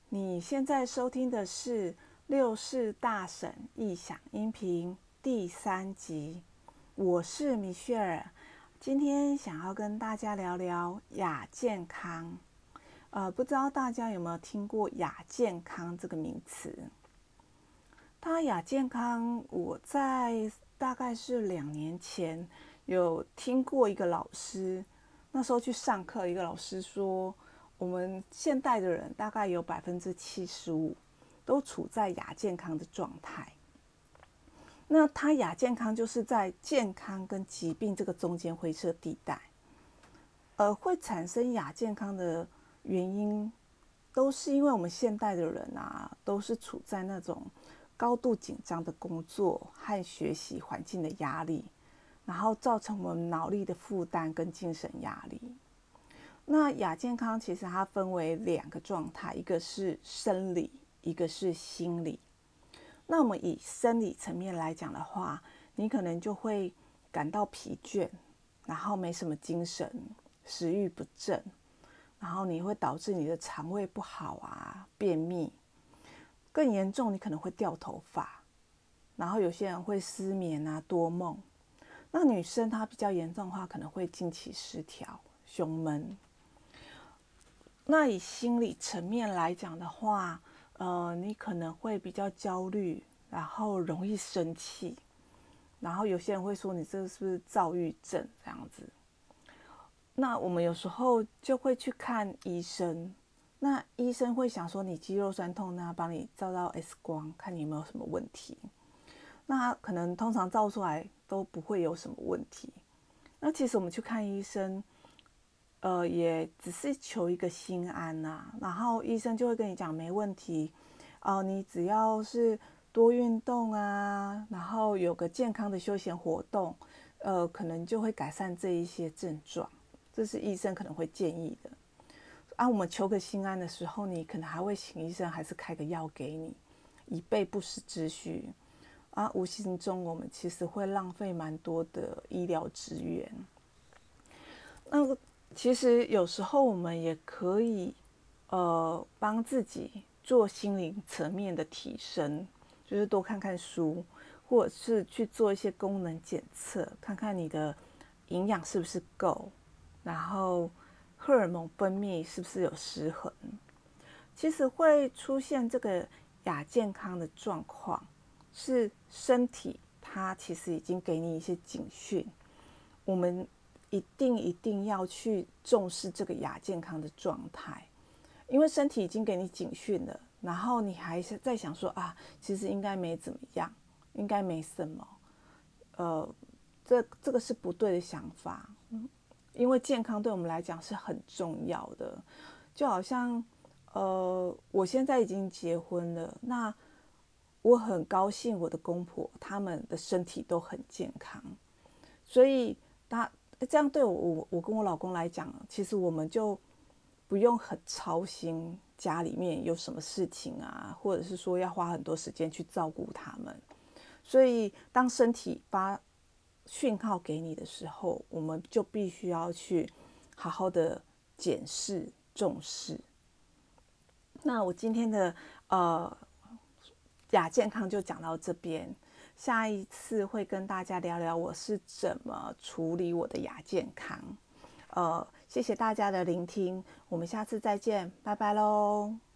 你现在收听的是六世大婶异想音频第3集，我是米歇尔，今天想要跟大家聊聊亚健康。不知道大家有没有听过亚健康这个名词？它亚健康，我在大概是2年前有听过一个老师，那时候去上课，一个老师说，我们现代的人大概有75%都处在亚健康的状态。那它亚健康就是在健康跟疾病这个中间灰色地带，会产生亚健康的原因，都是因为我们现代的人啊，都是处在那种高度紧张的工作和学习环境的压力，然后造成我们脑力的负担跟精神压力。那亚健康其实它分为2个状态，一个是生理，一个是心理。那我们以生理层面来讲的话，你可能就会感到疲倦，然后没什么精神，食欲不振，然后你会导致你的肠胃不好啊，便秘，更严重你可能会掉头发，然后有些人会失眠啊，多梦。那女生她比较严重的话，可能会经期失调、胸闷。那以心理层面来讲的话，你可能会比较焦虑，然后容易生气，然后有些人会说你这是不是躁郁症这样子。那我们有时候就会去看医生，那医生会想说你肌肉酸痛，那帮你照 X 光，看你有没有什么问题。那可能通常照出来都不会有什么问题。那其实我们去看医生，也只是求一个心安啊，然后医生就会跟你讲没问题，你只要是多运动啊，然后有个健康的休闲活动，可能就会改善这一些症状，这是医生可能会建议的。我们求个心安的时候，你可能还会请医生还是开个药给你，以备不时之需。无形中我们其实会浪费蛮多的医疗资源。那其实有时候我们也可以，帮自己做心灵层面的提升，就是多看看书，或者是去做一些功能检测，看看你的营养是不是够，然后荷尔蒙分泌是不是有失衡。其实会出现这个亚健康的状况，是身体它其实已经给你一些警讯，我们一定要去重视这个亚健康的状态，因为身体已经给你警讯了，然后你还是在想说其实应该没怎么样，应该没什么，这个是不对的想法，因为健康对我们来讲是很重要的，就好像我现在已经结婚了，那我很高兴我的公婆他们的身体都很健康，所以这样对我跟我老公来讲，其实我们就不用很操心家里面有什么事情啊，或者是说要花很多时间去照顾他们。所以当身体发讯号给你的时候，我们就必须要去好好的检视、重视。那我今天的亚健康就讲到这边，下一次会跟大家聊聊我是怎么处理我的亚健康。谢谢大家的聆听，我们下次再见，拜拜喽。